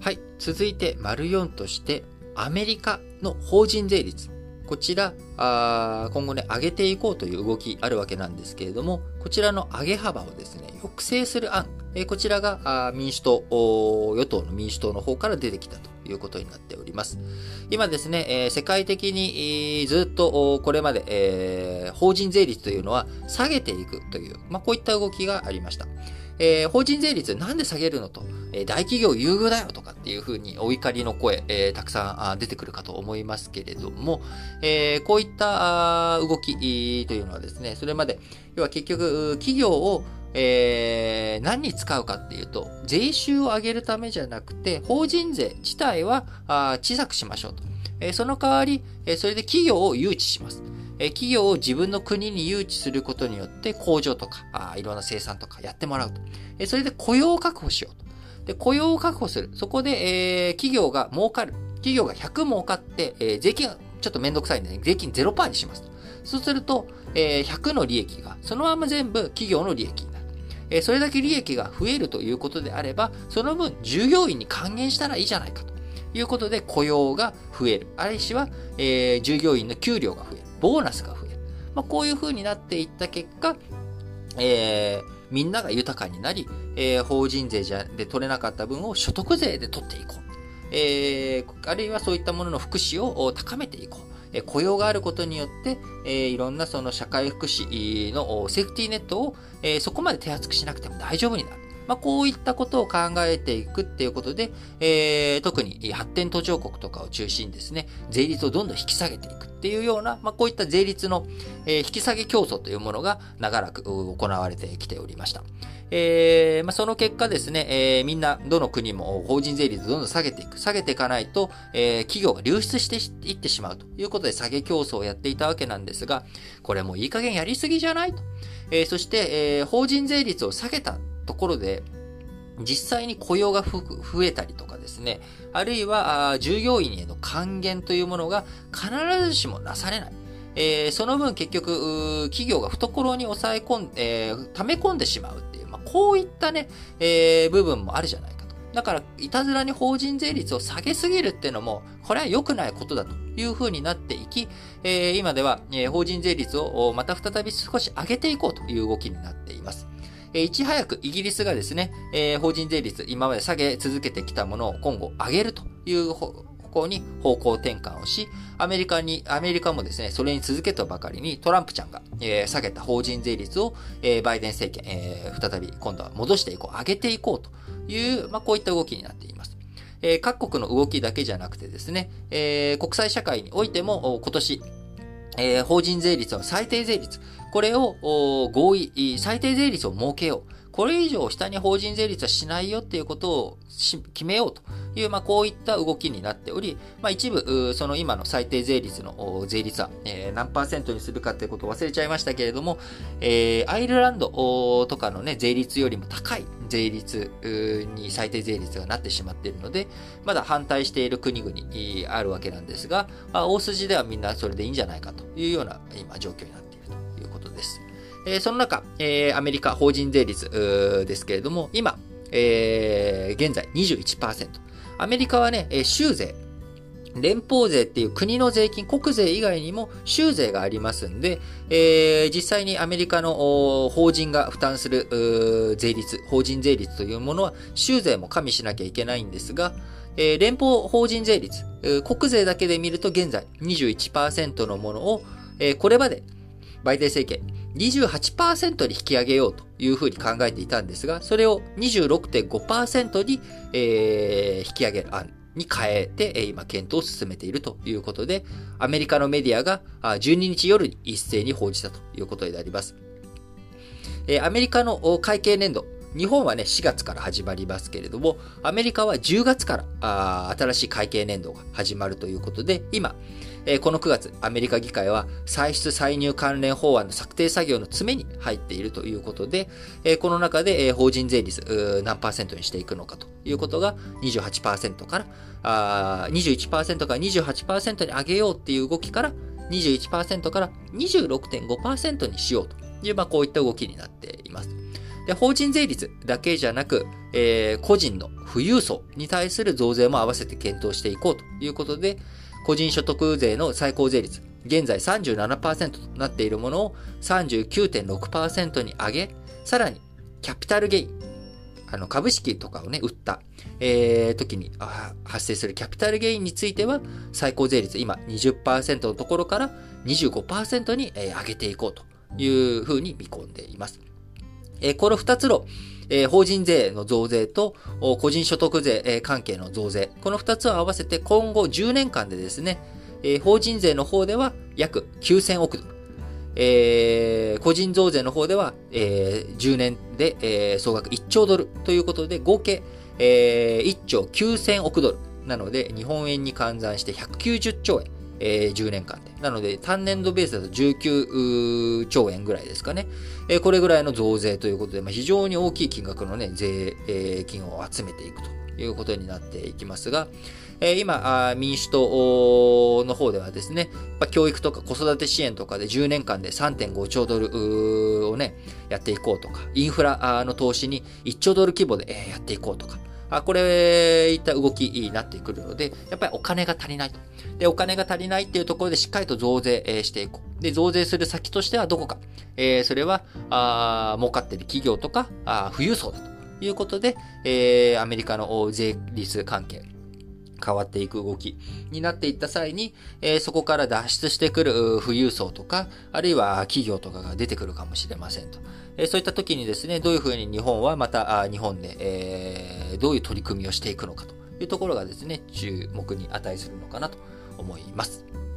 はい。続いて、丸4として、アメリカの法人税率。こちら、今後ね、上げていこうという動きあるわけなんですけれども、こちらの上げ幅をですね、抑制する案。こちらが民主党、与党の民主党の方から出てきたということになっております。今ですね、世界的にずっとこれまで、法人税率というのは下げていくという、こういった動きがありました。法人税率なんで下げるのと、大企業優遇だよとかっていうふうにお怒りの声、たくさん出てくるかと思いますけれども、こういった動きというのはですね、それまで、要は結局企業を何に使うかっていうと、税収を上げるためじゃなくて、法人税自体は小さくしましょうと。その代わり、それで企業を誘致します。企業を自分の国に誘致することによって工場とかいろんな生産とかやってもらうと。それで雇用を確保しようと。で、雇用を確保する。そこで、企業が儲かる。企業が100儲かって、税金がちょっとめんどくさいんでね、税金 0% にしますと。そうすると、100の利益がそのまま全部企業の利益になる。それだけ利益が増えるということであれば、その分従業員に還元したらいいじゃないかということで雇用が増える。あるいは、従業員の給料が増える。ボーナスが増える。こういう風になっていった結果、みんなが豊かになり、法人税で取れなかった分を所得税で取っていこう。あるいはそういったものの福祉を高めていこう。雇用があることによって、いろんなその社会福祉のセーフティーネットを、そこまで手厚くしなくても大丈夫になる。こういったことを考えていくっていうことで、特に発展途上国とかを中心にですね、税率をどんどん引き下げていくっていうような、こういった税率の、引き下げ競争というものが長らく行われてきておりました。その結果ですね、みんな、どの国も法人税率をどんどん下げていく。下げていかないと、企業が流出していってしまうということで下げ競争をやっていたわけなんですが、これもういい加減やりすぎじゃないと。そして、法人税率を下げたところで、実際に雇用が増えたりとかですね、あるいは従業員への還元というものが必ずしもなされない。その分結局、企業が懐に抑え込んで、溜め込んでしまうっていう、こういったね、部分もあるじゃないかと。だから、いたずらに法人税率を下げすぎるっていうのも、これは良くないことだというふうになっていき、今では、法人税率をまた再び少し上げていこうという動きになっています。いち早くイギリスがですね、法人税率、今まで下げ続けてきたものを今後上げるという方向に方向転換をし、アメリカもですね、それに続けたばかりにトランプちゃんが、下げた法人税率を、バイデン政権、再び今度は戻していこう、上げていこうという、こういった動きになっています。各国の動きだけじゃなくてですね、国際社会においても今年、法人税率の最低税率、これを最低税率を設けよう。これ以上下に法人税率はしないよっていうことを決めようという、こういった動きになっており、一部、その今の最低税率の税率は、何%にするかっていうことを忘れちゃいましたけれども、アイルランドとかのね、税率よりも高い税率に最低税率がなってしまっているので、まだ反対している国々あるわけなんですが、大筋ではみんなそれでいいんじゃないかというような今状況になっているということです。その中、アメリカ法人税率ですけれども、今、現在 21%。アメリカはね、州税、連邦税っていう国の税金、国税以外にも州税がありますんで、実際にアメリカの法人が負担する税率、法人税率というものは州税も加味しなきゃいけないんですが、連邦法人税率、国税だけで見ると現在 21% のものを、これまでバイデン政権28% に引き上げようというふうに考えていたんですが、それを 26.5% に、引き上げる案に変えて、今検討を進めているということで、アメリカのメディアが12日夜に一斉に報じたということになります。アメリカの会計年度、日本はね、4月から始まりますけれども、アメリカは10月から新しい会計年度が始まるということで、今、この9月、アメリカ議会は歳出歳入関連法案の策定作業の詰めに入っているということで、この中で法人税率何%にしていくのかということが 28% から21% から 28% に上げようっていう動きから 21% から 26.5% にしようという、こういった動きになっています。で、法人税率だけじゃなく、個人の富裕層に対する増税も合わせて検討していこうということで、個人所得税の最高税率、現在 37% となっているものを 39.6% に上げ、さらにキャピタルゲイン、株式とかをね、売った、時に発生するキャピタルゲインについては、最高税率、今 20% のところから 25% に上げていこうというふうに見込んでいます。この2つの、法人税の増税と個人所得税、関係の増税、この2つを合わせて今後10年間でですね、法人税の方では約9000億ドル、個人増税の方では、10年で、総額1兆ドルということで、合計、1兆9000億ドルなので、日本円に換算して190兆円。10年間で。なので、単年度ベースだと19兆円ぐらいですかね。これぐらいの増税ということで、非常に大きい金額のね、税金を集めていくということになっていきますが、今、民主党の方ではですね、教育とか子育て支援とかで10年間で 3.5 兆ドルをね、やっていこうとか、インフラの投資に1兆ドル規模でやっていこうとか、これいった動きになってくるので、やっぱりお金が足りないと。で、お金が足りないっていうところでしっかりと増税していこう。で、増税する先としてはどこか。それは、儲かっている企業とか、富裕層だということで、アメリカの税率関係。変わっていく動きになっていった際に、そこから脱出してくる富裕層とか、あるいは企業とかが出てくるかもしれませんと。そういった時にですね、どういうふうに日本はまた日本で、どういう取り組みをしていくのかというところがですね、注目に値するのかなと思います。